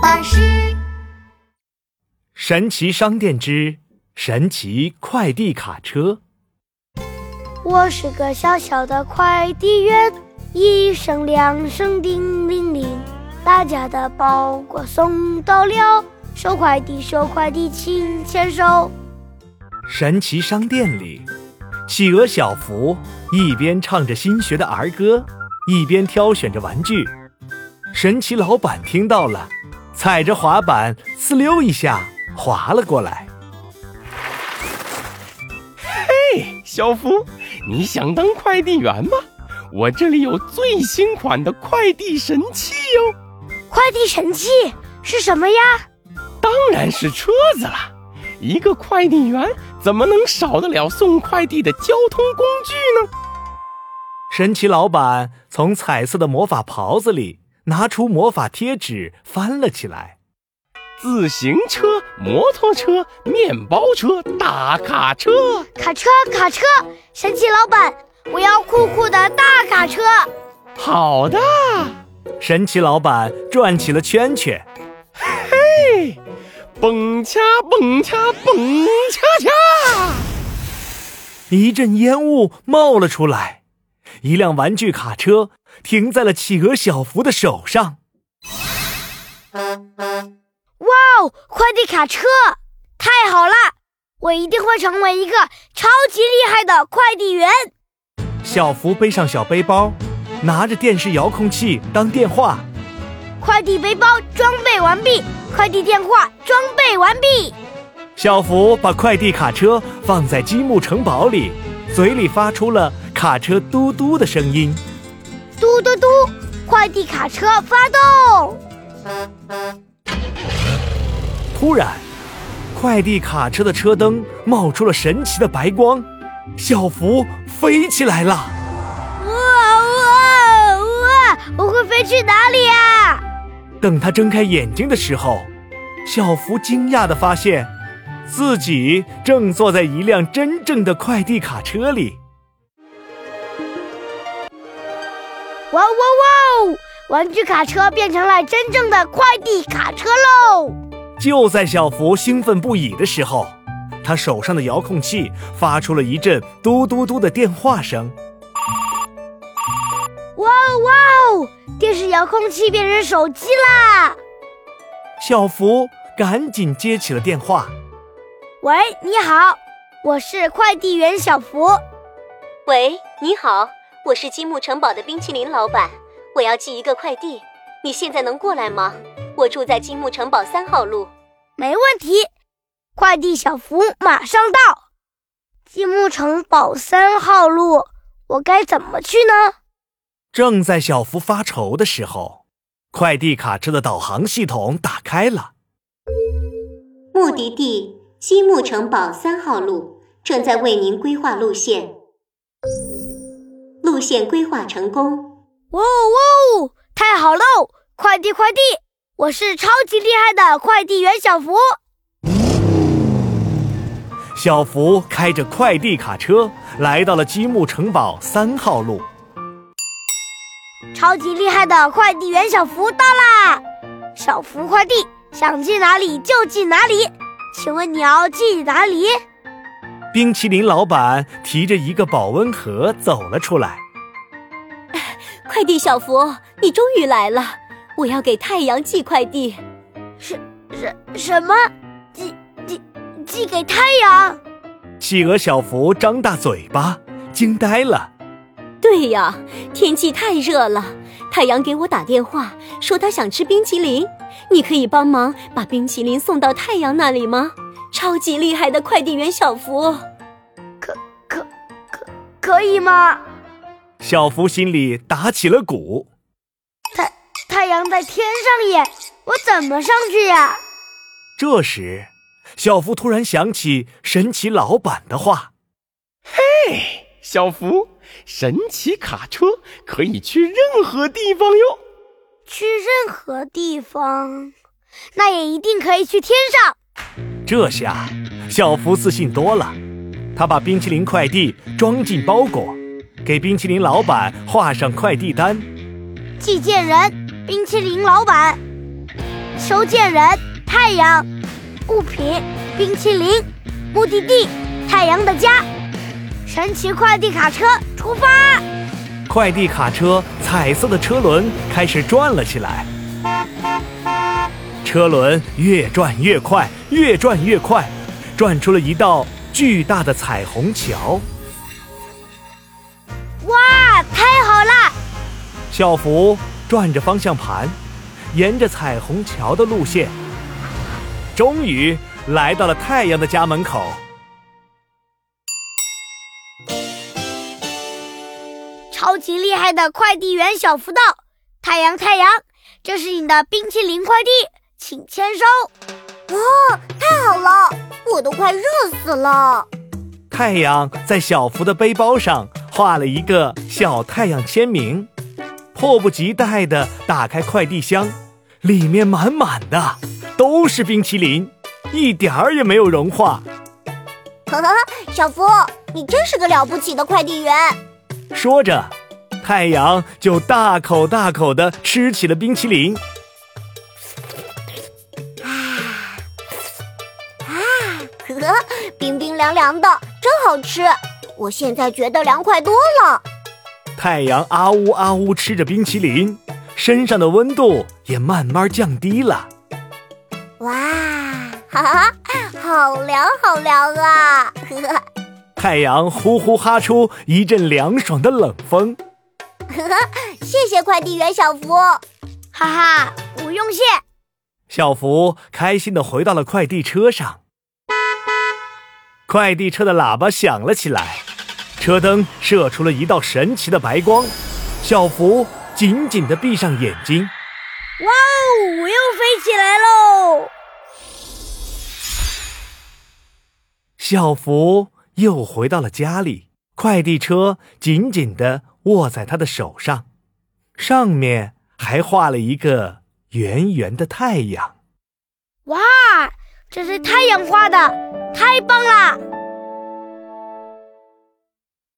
巴士。 神奇商店之神奇快递卡车。 我是个小小的快递员，一声两声叮铃铃，大家的包裹送到了，收快递收快递请签收。 神奇商店里，企鹅小福一边唱着新学的儿歌，一边挑选着玩具。神奇老板听到了，踩着滑板呲溜一下滑了过来。 嘿，小福，你想当快递员吗？我这里有最新款的快递神器哟。 快递神器是什么呀？ 当然是车子啦！一个快递员怎么能少得了送快递的交通工具呢？ 神奇老板从彩色的魔法袍子里拿出魔法贴纸翻了起来。 自行车、摩托车、面包车、大卡车。 卡车，神奇老板，我要酷酷的大卡车。 好的。 神奇老板转起了圈圈。 嘿，蹦恰蹦恰蹦恰恰， 一阵烟雾冒了出来，一辆玩具卡车停在了企鹅小福的手上。 哇哦，快递卡车，太好了！我一定会成为一个超级厉害的快递员。 小福背上小背包，拿着电视遥控器当电话。 快递背包装备完毕，快递电话装备完毕。 小福把快递卡车放在积木城堡里，嘴里发出了卡车嘟嘟的声音。 嘟嘟嘟，快递卡车发动。 突然，快递卡车的车灯冒出了神奇的白光，小福飞起来了。 哇！我会飞去哪里啊？ 等他睁开眼睛的时候，小福惊讶地发现自己正坐在一辆真正的快递卡车里。 哇！玩具卡车变成了真正的快递卡车喽！ 就在小福兴奋不已的时候，他手上的遥控器发出了一阵嘟嘟嘟的电话声。 哇哦！电视遥控器变成手机啦！ 小福赶紧接起了电话。 喂，你好，我是快递员小福。 喂，你好，我是积木城堡的冰淇淋老板，我要寄一个快递，你现在能过来吗？我住在积木城堡3号路。 没问题，快递小福马上到。积木城堡3号路，我该怎么去呢？ 正在小福发愁的时候，快递卡车的导航系统打开了。 目的地积木城堡3号路，正在为您规划路线。路线规划成功。 哇哦，太好喽！快递，我是超级厉害的快递员小福。 小福开着快递卡车来到了积木城堡3号路。 超级厉害的快递员小福到啦！小福快递，想寄哪里就寄哪里，请问你要寄哪里？ 冰淇淋老板提着一个保温盒走了出来。 快递小福，你终于来了，我要给太阳寄快递。 什么？寄给太阳？ 企鹅小福张大嘴巴，惊呆了。 对呀，天气太热了，太阳给我打电话说他想吃冰淇淋，你可以帮忙把冰淇淋送到太阳那里吗？超级厉害的快递员小福。 可以吗？ 小福心里打起了鼓。 太阳在天上耶，我怎么上去呀？ 这时，小福突然想起神奇老板的话。 嘿，小福，神奇卡车可以去任何地方哟。 去任何地方，那也一定可以去天上。 这下，小福自信多了。他把冰淇淋快递装进包裹，给冰淇淋老板画上快递单。 寄件人：冰淇淋老板。 收件人太阳，物品冰淇淋，目的地太阳的家。神奇快递卡车出发！ 快递卡车彩色的车轮开始转了起来，车轮越转越快，越转越快，转出了一道巨大的彩虹桥。 哇，太好了！ 小福转着方向盘，沿着彩虹桥的路线，终于来到了太阳的家门口。 超级厉害的快递员小福道，太阳，这是你的冰淇淋快递，请签收。 哇，太好了，我都快热死了。 太阳在小福的背包上画了一个小太阳签名，迫不及待地打开快递箱，里面满满的都是冰淇淋，一点儿也没有融化。 呵呵，小福，你真是个了不起的快递员。 说着，太阳就大口大口地吃起了冰淇淋。 呵呵，冰冰凉凉的，真好吃。我现在觉得凉快多了。 太阳啊呜啊呜吃着冰淇淋，身上的温度也慢慢降低了。 哇，哈哈，好凉好凉啊！呵呵。 太阳呼呼哈出一阵凉爽的冷风。 呵呵，谢谢快递员小福。 哈哈，不用谢。 小福开心地回到了快递车上。快递车的喇叭响了起来，车灯射出了一道神奇的白光。小福紧紧地闭上眼睛。 哇哦，我又飞起来喽！ 小福又回到了家里，快递车紧紧地握在他的手上，上面还画了一个圆圆的太阳。 哇，这是太阳画的，太棒了！